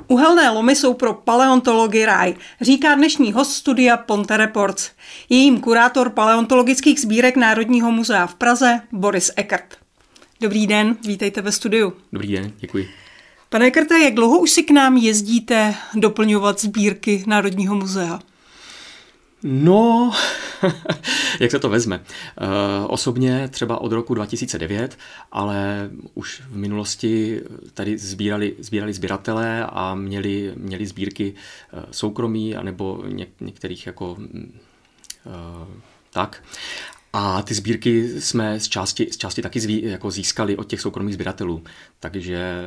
Uhelné lomy jsou pro paleontology ráj, říká dnešní host studia Ponte Reports. Je jím kurátor paleontologických sbírek Národního muzea v Praze Boris Ekert. Dobrý den, vítejte ve studiu. Dobrý den, děkuji. Pane Ekerte, jak dlouho už si k nám jezdíte doplňovat sbírky Národního muzea? No, jak se to vezme. Osobně třeba od roku 2009, ale už v minulosti tady sbírali sběratelé a měli sbírky soukromí, anebo některých jako tak. A ty sbírky jsme z části taky jako získali od těch soukromých sběratelů. Takže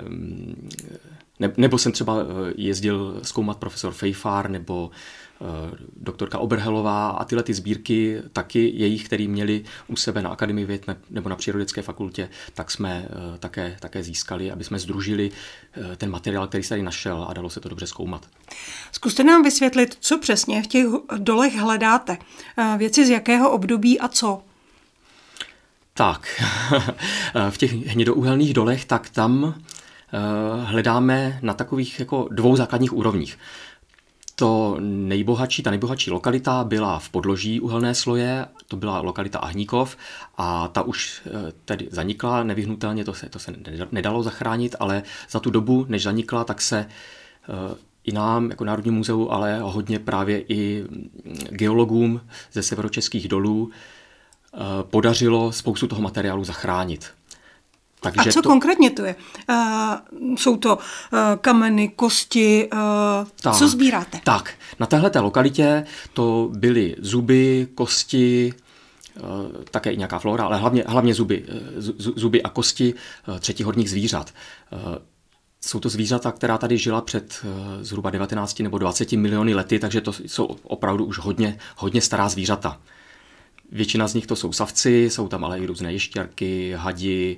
nebo jsem třeba jezdil zkoumat profesor Fejfár nebo doktorka Oberhelová a tyhle ty sbírky taky jejich, který měli u sebe na Akademii věd nebo na Přírodovědecké fakultě, tak jsme také získali, aby jsme sdružili ten materiál, který se tady našel a dalo se to dobře zkoumat. Zkuste nám vysvětlit, co přesně v těch dolech hledáte. Věci z jakého období a co? Tak, v těch hnědouhelných dolech, tak tam hledáme na takových jako dvou základních úrovních. Ta nejbohatší lokalita byla v podloží uhelné sloje, to byla lokalita Ahníkov a ta už tedy zanikla nevyhnutelně, to se nedalo zachránit, ale za tu dobu, než zanikla, tak se i nám, jako Národnímu muzeu, ale hodně právě i geologům ze severočeských dolů podařilo spoustu toho materiálu zachránit. Takže a co konkrétně to je? Jsou to kameny, kosti, co sbíráte? Tak, na téhleté lokalitě to byly zuby, kosti, také i nějaká flora, ale hlavně zuby a kosti třetihorních zvířat. Jsou to zvířata, která tady žila před zhruba 19 nebo 20 miliony lety, takže to jsou opravdu už hodně stará zvířata. Většina z nich to jsou savci, jsou tam ale i různé ještěrky, hadi,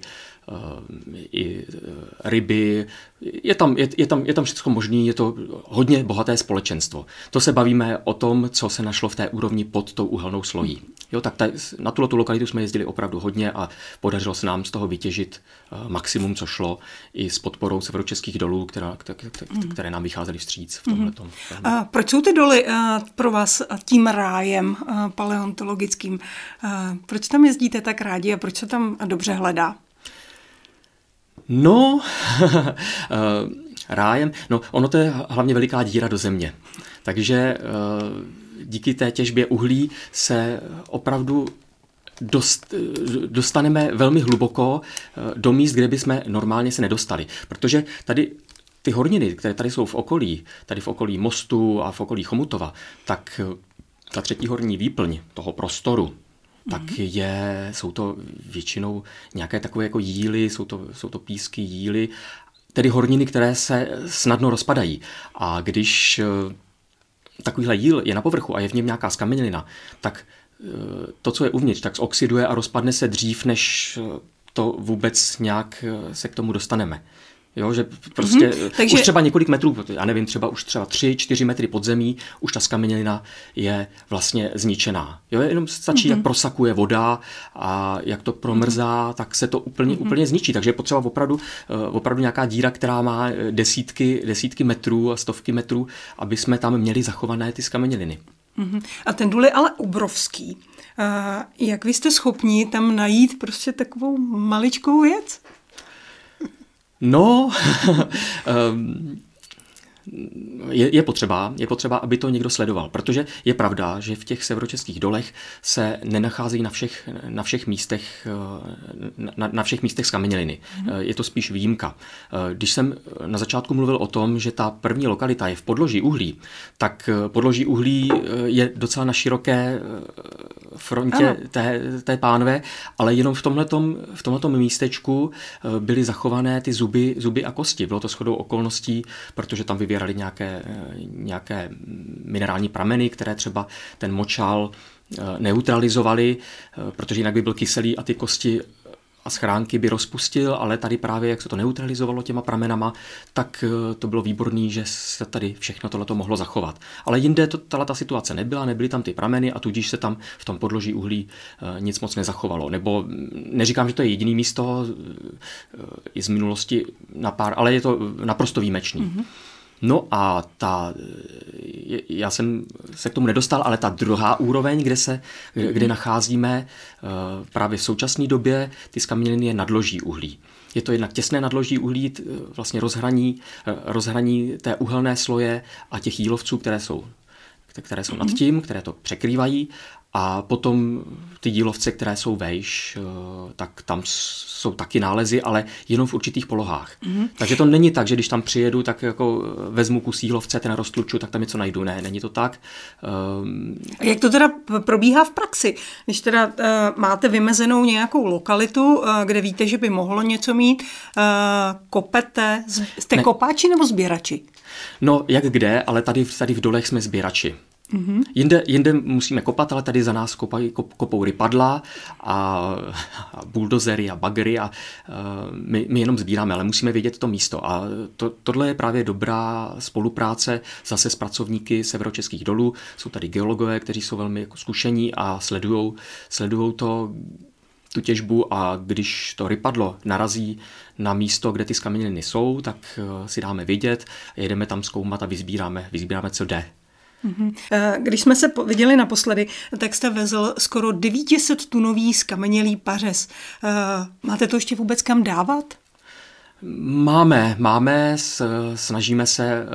i ryby. Je tam všechno možné, je to hodně bohaté společenstvo. To se bavíme o tom, co se našlo v té úrovni pod tou uhelnou slojí. Jo, tak na tu lokalitu jsme jezdili opravdu hodně a podařilo se nám z toho vytěžit maximum, co šlo, i s podporou severočeských dolů, které nám vycházely vstříc v tomhletom. Proč jsou ty doly pro vás tím rájem paleontologickým? Proč tam jezdíte tak rádi a proč se tam dobře hledá? No, rájem, no ono to je hlavně veliká díra do země, takže díky té těžbě uhlí se opravdu dostaneme velmi hluboko do míst, kde bychom normálně se nedostali, protože tady ty horniny, které tady jsou v okolí Mostu a v okolí Chomutova, tak ta třetí horní výplň toho prostoru, tak jsou to většinou nějaké takové jako jíly, jsou to písky, jíly, tedy horniny, které se snadno rozpadají. A když takovýhle jíl je na povrchu a je v něm nějaká skamenělina, tak to, co je uvnitř, tak zoxiduje a rozpadne se dřív, než to vůbec nějak se k tomu dostaneme. Jo, že prostě už třeba několik metrů, já nevím, třeba 3-4 metry pod zemí, už ta skamenělina je vlastně zničená. Jo, jenom stačí, jak prosakuje voda a jak to promrzá, tak se to úplně zničí. Takže je potřeba opravdu nějaká díra, která má desítky metrů a stovky metrů, aby jsme tam měli zachované ty skameněliny. A ten důl je ale obrovský. Jak vy jste schopni tam najít prostě takovou maličkou věc? No, je potřeba, aby to někdo sledoval, protože je pravda, že v těch severočeských dolech se nenacházejí na všech místech skameněliny. Je to spíš výjimka. Když jsem na začátku mluvil o tom, že ta první lokalita je v podloží uhlí, tak podloží uhlí je docela na široké frontě té pánve, ale jenom v tomhletom místečku byly zachované ty zuby a kosti. Bylo to shodou okolností, protože tam vybírali nějaké minerální prameny, které třeba ten močál neutralizovaly, protože jinak by byl kyselý a ty kosti a schránky by rozpustil, ale tady právě, jak se to neutralizovalo těma pramenama, tak to bylo výborný, že se tady všechno tohleto mohlo zachovat. Ale jinde ta situace nebyly tam ty prameny a tudíž se tam v tom podloží uhlí nic moc nezachovalo. Nebo neříkám, že to je jediný místo i z minulosti na pár, ale je to naprosto výjimečný. No a já jsem se k tomu nedostal, ale ta druhá úroveň, kde nacházíme právě v současné době ty zkameněliny, je nadloží uhlí. Je to jednak těsné nadloží uhlí, vlastně rozhraní té uhelné sloje a těch jílovců, které jsou nad tím, které to překrývají. A potom ty dílovce, které jsou vejš, tak tam jsou taky nálezy, ale jenom v určitých polohách. Takže to není tak, že když tam přijedu, tak jako vezmu kus jílovce, ten roztluču, tak tam něco najdu. Ne, není to tak. A jak to teda probíhá v praxi? Když teda máte vymezenou nějakou lokalitu, kde víte, že by mohlo něco mít, kopete, jste kopáči nebo sběrači? No, jak kde, ale tady v dolech jsme sběrači. Jinde musíme kopat, ale tady za nás kopou rypadla a buldozery a bagry a my jenom sbíráme, ale musíme vědět to místo. A tohle je právě dobrá spolupráce zase s pracovníky severočeských dolů. Jsou tady geologové, kteří jsou velmi jako zkušení a sledujou tu těžbu, a když to rypadlo narazí na místo, kde ty zkameněliny jsou, tak si dáme vědět, jedeme tam zkoumat a vyzbíráme, co jde. Když jsme se viděli naposledy, tak jste vezl skoro 900-tunový zkamenělý pařez. Máte to ještě vůbec kam dávat? Máme, snažíme se.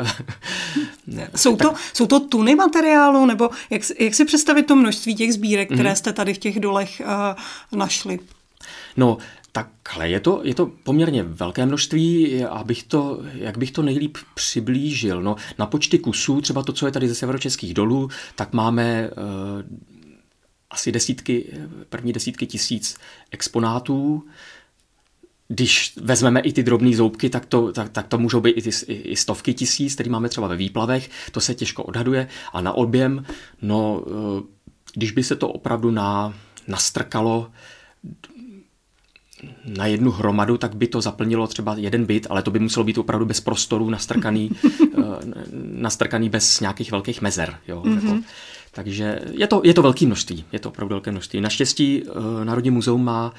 Jsou to tuny materiálu, nebo jak si představit to množství těch sbírek, které jste tady v těch dolech našli? No, takhle, je to poměrně velké množství, jak bych to nejlíp přiblížil. No, na počty kusů, třeba to, co je tady ze severočeských dolů, tak máme asi první desítky tisíc exponátů. Když vezmeme i ty drobné zoubky, tak to můžou být i stovky tisíc, který máme třeba ve výplavech, to se těžko odhaduje. A na objem, no, když by se to opravdu nastrkalo na jednu hromadu, tak by to zaplnilo třeba jeden byt, ale to by muselo být opravdu bez prostoru nastrkaný bez nějakých velkých mezer. Jo, jako. Takže je to velké množství, je to opravdu velké množství. Naštěstí Národní muzeum má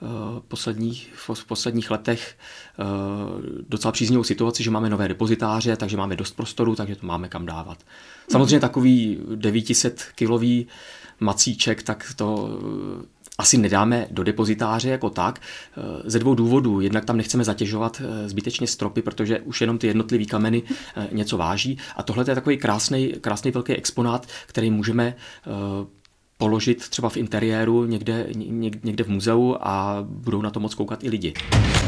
v posledních letech docela příznivou situaci, že máme nové depozitáře, takže máme dost prostoru, takže to máme kam dávat. Samozřejmě takový 900-kilový macíček, tak to asi nedáme do depozitáře jako tak, ze dvou důvodů. Jednak tam nechceme zatěžovat zbytečně stropy, protože už jenom ty jednotlivý kameny něco váží. A tohle je takový krásný velký exponát, který můžeme položit třeba v interiéru někde v muzeu a budou na to moc koukat i lidi.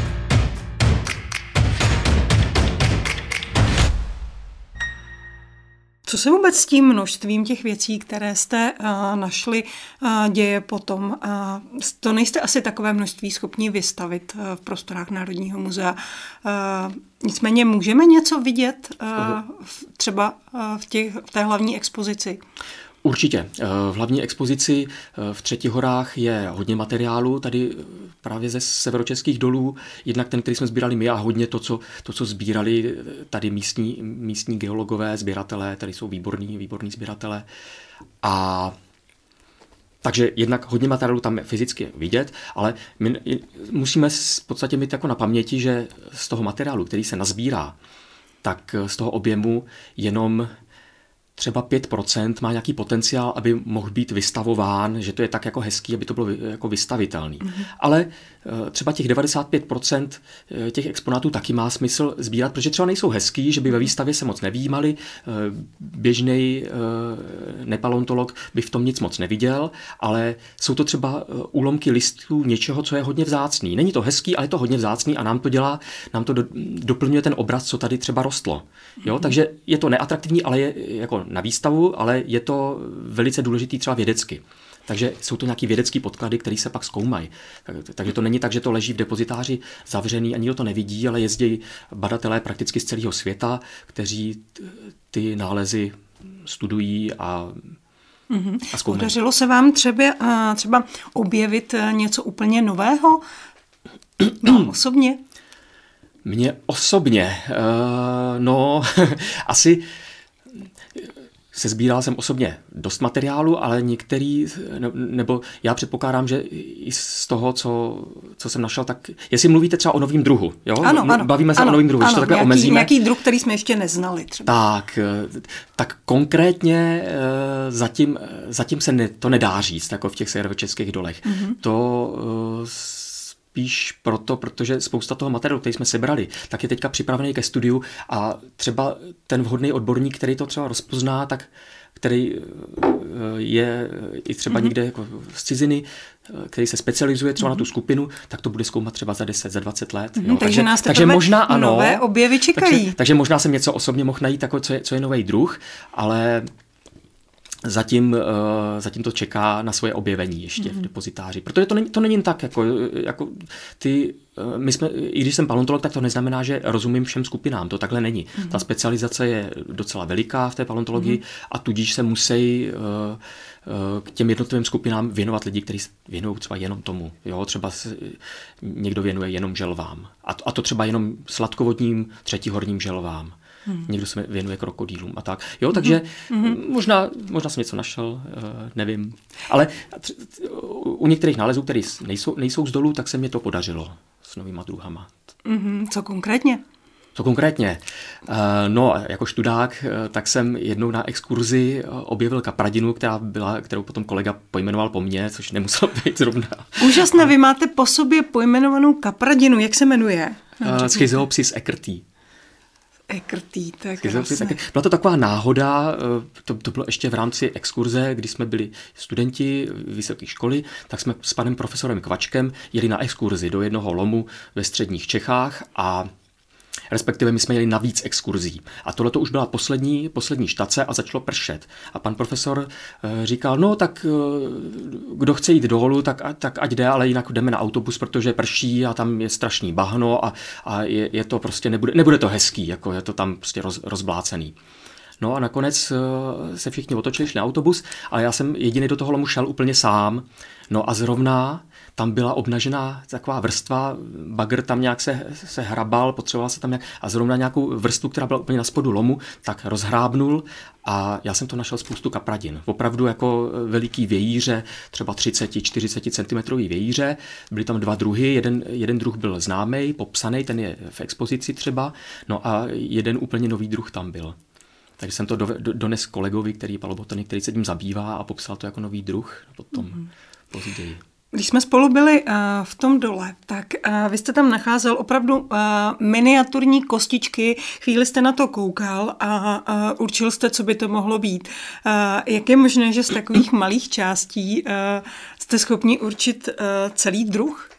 Co se vůbec s tím množstvím těch věcí, které jste našli, děje potom? To nejste asi takové množství schopni vystavit v prostorách Národního muzea. Nicméně můžeme něco vidět třeba v té hlavní expozici? Určitě. V hlavní expozici v Třetích horách je hodně materiálu, tady právě ze severočeských dolů, jednak ten, který jsme sbírali my, a hodně to, co sbírali tady místní geologové, sběratelé, tady jsou výborní sběratelé. A takže jednak hodně materiálu tam je fyzicky vidět, ale my musíme v podstatě mít jako na paměti, že z toho materiálu, který se nazbírá, tak z toho objemu jenom třeba 5% má nějaký potenciál, aby mohl být vystavován, že to je tak jako hezký, aby to bylo jako vystavitelný. Ale třeba těch 95% těch exponátů taky má smysl sbírat, protože třeba nejsou hezký, že by ve výstavě se moc nevýjímali, běžný nepaleontolog by v tom nic moc neviděl, ale jsou to třeba úlomky listů něčeho, co je hodně vzácný. Není to hezký, ale je to hodně vzácný a nám to doplňuje ten obraz, co tady třeba rostlo. Jo? Takže je to neatraktivní, ale je jako na výstavu, ale je to velice důležitý třeba vědecky. Takže jsou to nějaký vědecký podklady, které se pak zkoumají. Takže to není tak, že to leží v depozitáři zavřený a nikdo to nevidí, ale jezdí badatelé prakticky z celého světa, kteří ty nálezy studují a zkoumají. Podařilo se vám třeba objevit něco úplně nového? Vám osobně? Mně osobně? No, asi sesbíral jsem osobně dost materiálu, ale některý, nebo já předpokládám, že i z toho, co jsem našel, tak jestli mluvíte třeba o novém druhu, jo? Ano, bavíme se o novém druhu, ano, že to takhle omezíme. Nějaký druh, který jsme ještě neznali třeba. Tak konkrétně zatím se to nedá říct, jako v těch severočeských dolech. To spíš proto, protože spousta toho materiálu, který jsme sebrali, tak je teďka připravený ke studiu a třeba ten vhodný odborník, který to třeba rozpozná, tak který je i třeba někde jako z ciziny, který se specializuje třeba na tu skupinu, tak to bude zkoumat třeba za 10, za 20 let. Jo. Takže možná ano, nové objevy čekají. Takže možná jsem něco osobně mohl najít, jako co je nový druh, ale zatím to čeká na svoje objevení ještě v depozitáři. Protože to není tak, jako ty, my jsme, i když jsem paleontolog, tak to neznamená, že rozumím všem skupinám. To takhle není. Ta specializace je docela veliká v té paleontologii a tudíž se musí k těm jednotlivým skupinám věnovat lidi, kteří věnují třeba jenom tomu. Jo? Třeba někdo věnuje jenom želvám. A to třeba jenom sladkovodním třetihorním želvám. Někdo se věnuje krokodýlům a tak. Jo, takže možná jsem něco našel, nevím. Ale u některých nálezů, které nejsou z dolů, tak se mě to podařilo s novýma druhama. Co konkrétně? Co konkrétně? No, jako študák, tak jsem jednou na exkurzi objevil kapradinu, kterou potom kolega pojmenoval po mně, což nemuselo být zrovna. Úžasné, vy máte po sobě pojmenovanou kapradinu. Jak se jmenuje? Schizoopsis eckerti. Eckerti, to je krásné. Byla to taková náhoda, to bylo ještě v rámci exkurze, kdy jsme byli studenti vysoké školy, tak jsme s panem profesorem Kvačkem jeli na exkurzi do jednoho lomu ve středních Čechách a respektive my jsme jeli na víc exkurzí. A tohle to už byla poslední štace a začalo pršet. A pan profesor říkal, no tak kdo chce jít dolů, tak ať jde, ale jinak jdeme na autobus, protože prší a tam je strašný bahno a je to prostě, nebude to hezký, jako je to tam prostě rozblácený. No a nakonec se všichni otočili, šli na autobus, ale já jsem jediný do toho lomu šel úplně sám. No a zrovna tam byla obnažená taková vrstva, bagr tam nějak se hrabal, potřeboval se tam nějak, a zrovna nějakou vrstvu, která byla úplně na spodu lomu, tak rozhrábnul a já jsem to našel spoustu kapradin. Opravdu jako veliký vějíře, třeba 30-40 cm vějíře. Byly tam dva druhy, jeden druh byl známý, popsaný, ten je v expozici třeba, no a jeden úplně nový druh tam byl. Takže jsem to dones kolegovi, který je paleobotanik, který se tím zabývá a popsal to jako nový druh potom později. Když jsme spolu byli v tom dole, tak vy jste tam nacházel opravdu miniaturní kostičky, chvíli jste na to koukal a určil jste, co by to mohlo být. Jak je možné, že z takových malých částí jste schopni určit celý druh?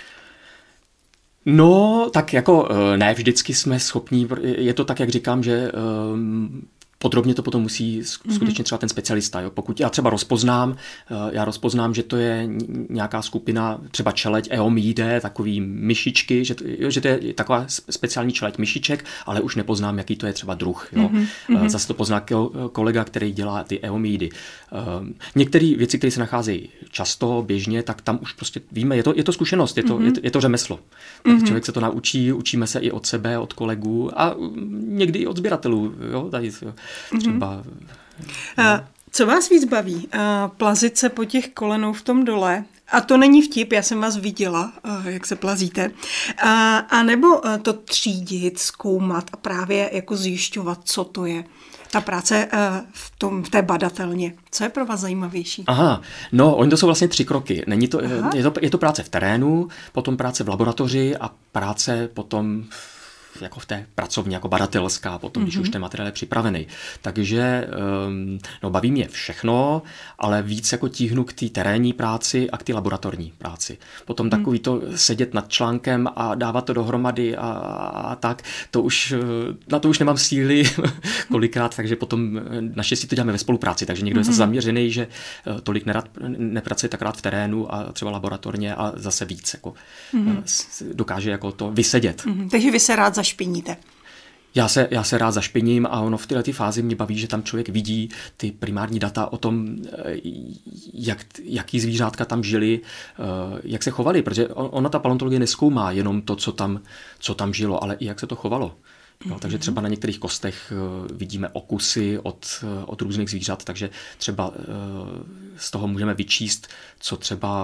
No, tak jako ne vždycky jsme schopní, je to tak, jak říkám, že podrobně to potom musí skutečně třeba ten specialista. Jo. Pokud já třeba rozpoznám, že to je nějaká skupina, třeba čeleď Eomyidae, takový myšičky, že to je taková speciální čeleď myšiček, ale už nepoznám, jaký to je třeba druh. Jo. Zase to pozná kolega, který dělá ty Eomyidy. Některé věci, které se nacházejí často, běžně, tak tam už prostě víme, je to zkušenost, je to řemeslo. Tak člověk se to naučí, učíme se i od sebe, od kolegů a někdy i od sběratelů. Jo, tady, třeba. Co vás víc baví? Plazit se po těch kolenou v tom dole? A to není vtip, já jsem vás viděla, jak se plazíte. A nebo to třídit, zkoumat a právě jako zjišťovat, co to je. Ta práce v té badatelně. Co je pro vás zajímavější? Aha, no, oni to jsou vlastně 3 kroky. Je to práce v terénu, potom práce v laboratoři a práce potom jako v té pracovně, jako badatelská, potom, když už ten materiál je připravený. Takže baví mě všechno, ale víc jako tíhnu k té terénní práci a k té laboratorní práci. Potom takový to sedět nad článkem a dávat to dohromady a tak, na to už nemám síly kolikrát, takže potom naštěstí to děláme ve spolupráci, takže někdo je zase zaměřený, že tolik nepracuje tak rád v terénu a třeba laboratorně a zase víc jako dokáže jako to vysedět. Takže vy se rád zašpiníte. Já se rád zašpiním a ono v této fázi mě baví, že tam člověk vidí ty primární data o tom, jaký zvířátka tam žili, jak se chovali, protože ona ta paleontologie nezkoumá jenom to, co tam žilo, ale i jak se to chovalo. Jo, takže třeba na některých kostech vidíme okusy od různých zvířat, takže třeba z toho můžeme vyčíst, co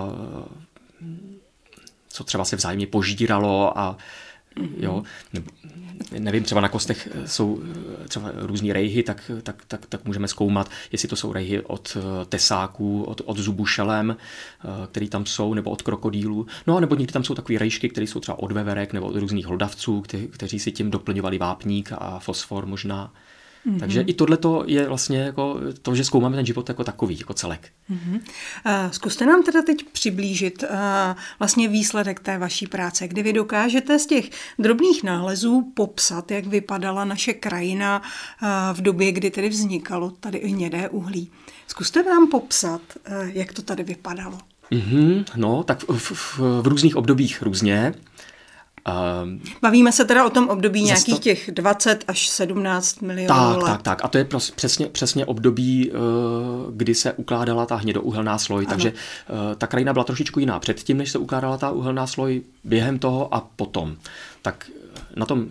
třeba se vzájemně požíralo a jo, nevím, třeba na kostech jsou třeba různý rejhy, tak můžeme zkoumat, jestli to jsou rejhy od tesáků, od zubu šelem, který tam jsou, nebo od krokodýlů. No a nebo někdy tam jsou takové rejšky, které jsou třeba od veverek nebo od různých hlodavců, kteří si tím doplňovali vápník a fosfor možná. Takže i tohleto je vlastně jako to, že zkoumáme ten život jako takový, jako celek. Zkuste nám teda teď přiblížit vlastně výsledek té vaší práce, kdy vy dokážete z těch drobných nálezů popsat, jak vypadala naše krajina v době, kdy tedy vznikalo tady hnědé uhlí. Zkuste nám popsat, jak to tady vypadalo. No, tak v různých obdobích různě. Bavíme se teda o tom období nějakých těch 20 až 17 milionů let. Tak. A to je přesně období, kdy se ukládala ta hnědouhelná sloj. Ano. Takže ta krajina byla trošičku jiná předtím, než se ukládala ta uhelná sloj, během toho a potom. Tak na tom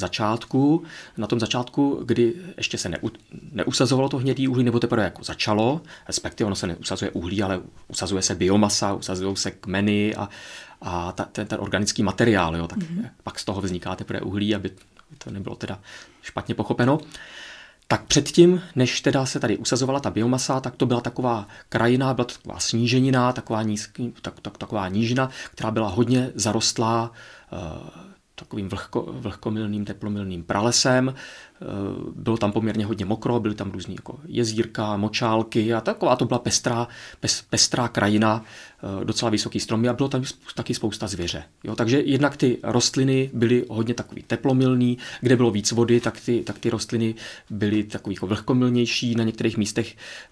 začátku, kdy ještě se neusazovalo to hnědý uhlí, nebo teprve jako začalo, respektive ono se neusazuje uhlí, ale usazuje se biomasa, usazují se kmeny a ten organický materiál, jo, tak pak z toho vzniká teprve uhlí, aby to nebylo teda špatně pochopeno. Tak předtím, než teda se tady usazovala ta biomasa, tak to byla taková krajina, byla to taková sníženina, taková nížina, která byla hodně zarostlá takovým vlhkomilným, teplomilným pralesem. Bylo tam poměrně hodně mokro, byly tam různý jako jezírka, močálky a taková to byla pestrá krajina, docela vysoký stromy a bylo tam taky spousta zvěře. Jo, takže jednak ty rostliny byly hodně takový teplomilný, kde bylo víc vody, tak ty rostliny byly takový jako vlhkomilnější, na některých místech,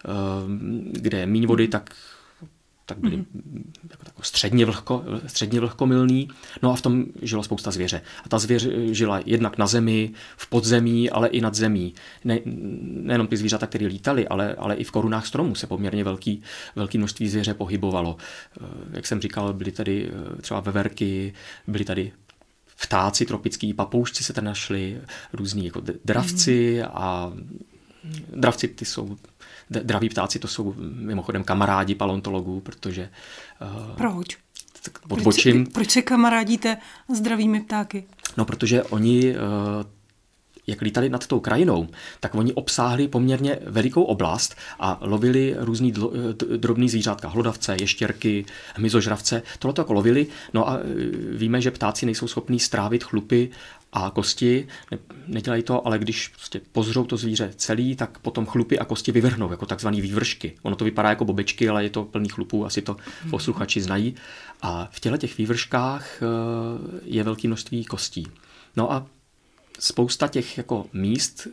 kde je méně vody, tak byly jako středně vlhkomilný. No a v tom žilo spousta zvěře. A ta zvěř žila jednak na zemi, v podzemí, ale i nad zemí. Nejenom ty zvířata, které lítaly, ale i v korunách stromů se poměrně velké množství zvěře pohybovalo. Jak jsem říkal, byly tady třeba veverky, byly tady ptáci tropický, papoušci se tady našli, různí jako dravci a dravci draví ptáci, to jsou mimochodem kamarádi paleontologů, protože... Proč? Odbočím. Proč se kamarádíte s dravými ptáky? No, protože oni, jak lítali nad tou krajinou, tak oni obsáhli poměrně velikou oblast a lovili různý drobný zvířátka, hlodavce, ještěrky, hmyzožravce, tohleto jako lovili. No a víme, že ptáci nejsou schopní strávit chlupy a kosti, nedělají to, ale když prostě pozřou to zvíře celý, tak potom chlupy a kosti vyvrhnou, jako takzvaný vývršky. Ono to vypadá jako bobečky, ale je to plný chlupů, asi to posluchači znají. A v těch vývrškách je velké množství kostí. No a spousta těch jako míst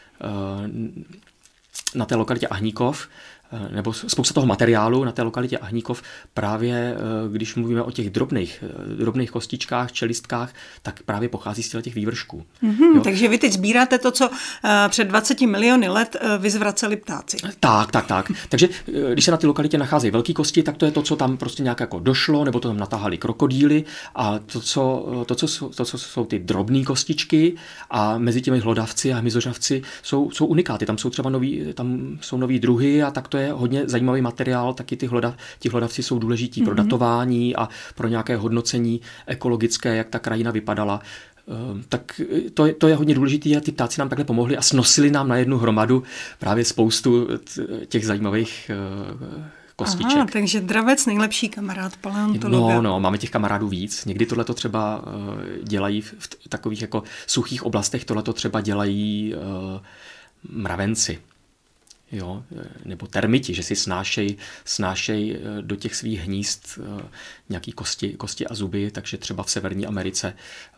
na té lokalitě Ahníkov, nebo spousta toho materiálu na té lokalitě Ahníkov, právě když mluvíme o těch drobných kostičkách, čelistkách, tak právě pochází z těch vývršků. Takže vy teď sbíráte to, co před 20 miliony let vyzvraceli ptáci. Tak. Takže když se na té lokalitě nacházejí velké kosti, tak to je to, co tam prostě nějak jako došlo, nebo to tam natáhali krokodýly a to, co jsou ty drobné kostičky a mezi těmi hlodavci a hmyzožravci jsou unikáty. Tam jsou třeba nový druhy a tak to je hodně zajímavý materiál, taky ti hlodavci jsou důležití pro datování a pro nějaké hodnocení ekologické, jak ta krajina vypadala. Tak to je hodně důležité a ty ptáci nám takhle pomohli a snosili nám na jednu hromadu právě spoustu těch zajímavých kostiček. Aha, takže dravec nejlepší kamarád paleontologa. No, máme těch kamarádů víc. Někdy tohleto třeba dělají v takových jako suchých oblastech, tohleto třeba dělají mravenci. Jo, nebo termiti, že si snášej do těch svých hnízd nějaký kosti a zuby, takže třeba v Severní Americe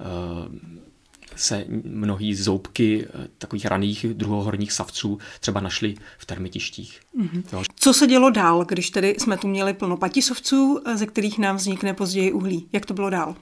se mnohý zoubky takových raných druhohorních savců třeba našly v termitištích. Jo. Co se dělo dál, když tedy jsme tu měli plno patisovců, ze kterých nám vznikne později uhlí? Jak to bylo dál?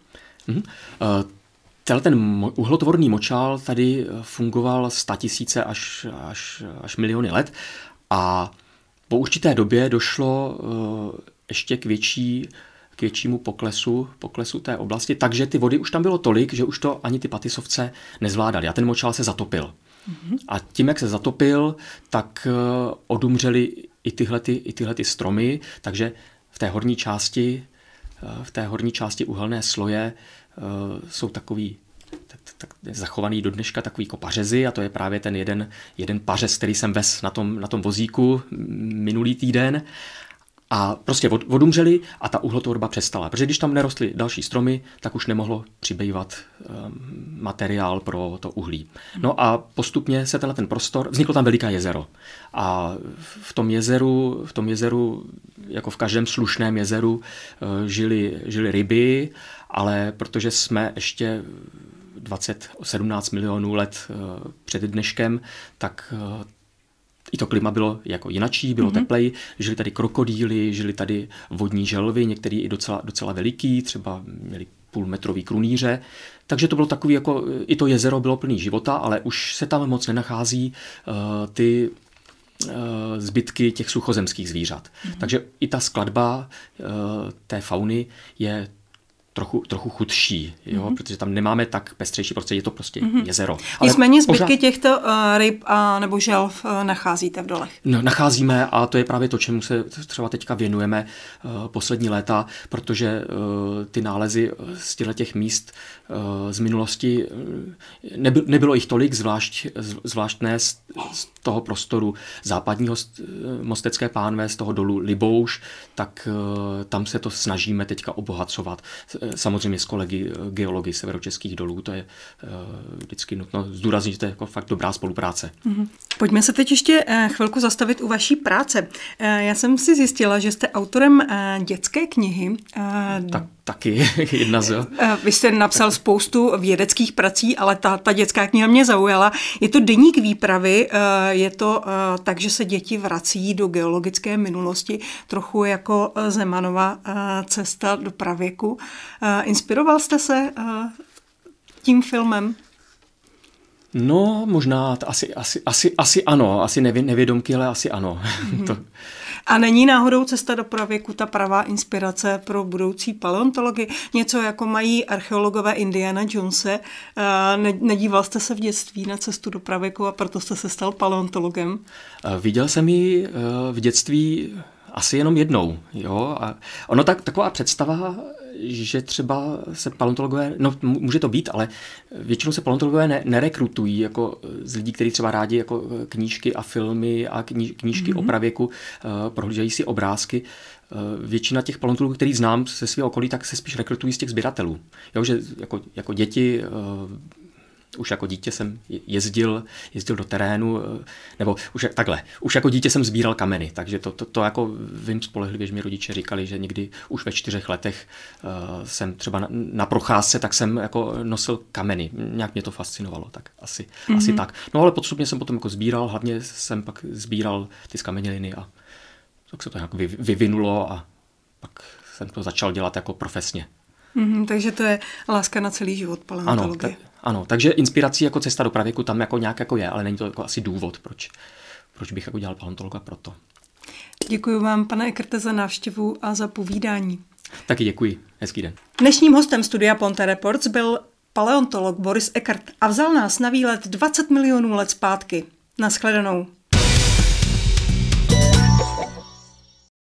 Ten uhlotvorný močál tady fungoval 100 000 až miliony let a po určité době došlo ještě k k většímu poklesu té oblasti, takže ty vody už tam bylo tolik, že už to ani ty patisovce nezvládali a ten močál se zatopil. A tím, jak se zatopil, tak odumřely i tyhle stromy, takže v té horní části uhelné sloje jsou takový zachovaný do dneška takový jako pařezy a to je právě ten jeden pařez, který jsem vez na tom vozíku minulý týden. A prostě odumřeli a ta uhlotvorba přestala. Protože když tam nerostly další stromy, tak už nemohlo přibývat materiál pro to uhlí. No a postupně se ten prostor, vzniklo tam veliké jezero. A v tom jezeru, jako v každém slušném jezeru, žily ryby, ale protože jsme ještě 17 milionů let před dneškem, tak i to klima bylo jako jinačí, bylo teplej, žili tady krokodýly, žili tady vodní želvy, některý i docela veliký, třeba měli půlmetrový krunýře, takže to bylo takový, jako i to jezero bylo plný života, ale už se tam moc nenachází ty zbytky těch suchozemských zvířat. Takže i ta skladba té fauny je trochu chudší, jo? Protože tam nemáme tak pestřejší prostředí, je to prostě jezero. Nicméně zbytky těchto ryb nebo želv nacházíte v dolech. No, nacházíme a to je právě to, čemu se třeba teďka věnujeme poslední léta, protože ty nálezy z těch míst z minulosti nebylo jich tolik, zvlášť ne z toho prostoru západního Mostecké pánve, z toho dolu Libouš, tak tam se to snažíme teďka obohacovat. Samozřejmě s kolegy geology severočeských dolů, to je vždycky nutno zdůraznit, že to je jako fakt dobrá spolupráce. Pojďme se teď ještě chvilku zastavit u vaší práce. Já jsem si zjistila, že jste autorem dětské knihy. Taky jedna z... Vy jste napsal spoustu vědeckých prací, ale ta dětská kniha mě zaujala. Je to deník výpravy, je to tak, že se děti vrací do geologické minulosti, trochu jako Zemanova cesta do pravěku. Inspiroval jste se tím filmem? No, možná, asi ano, asi nevědomky, ale asi ano. A není náhodou cesta do pravěku ta pravá inspirace pro budoucí paleontology? Něco jako mají archeologové Indiana Jonese. Nedíval jste se v dětství na cestu do pravěku a proto jste se stal paleontologem? Viděl jsem ji v dětství asi jenom jednou. Jo? A ono taková představa, že třeba se paleontologové, no může to být, ale většinou se paleontologové nerekrutují jako z lidí, kteří třeba rádi jako knížky a filmy a knížky o pravěku, prohlížejí si obrázky. Většina těch paleontologů, který znám ze svého okolí, tak se spíš rekrutují z těch sběratelů. Jo, že jako děti, už jako dítě jsem jezdil do terénu, nebo už jako dítě jsem sbíral kameny, takže to jako vím spolehlivě, že mi rodiče říkali, že někdy už ve 4 letech jsem třeba na procházce, tak jsem jako nosil kameny, nějak mě to fascinovalo, tak asi tak. No ale postupně jsem potom jako sbíral, hlavně jsem pak sbíral ty skameněliny a tak se to nějak vyvinulo a pak jsem to začal dělat jako profesně. Takže to je láska na celý život paleontologie. Ano, takže inspirací jako cesta do pravěku tam jako nějak jako je, ale není to jako asi důvod, proč bych jako dělal paleontologa proto. Děkuji vám, pane Eckerte, za návštěvu a za povídání. Taky děkuji. Hezký den. Dnešním hostem studia Ponte Reports byl paleontolog Boris Eckert a vzal nás na výlet 20 milionů let zpátky. Nashledanou.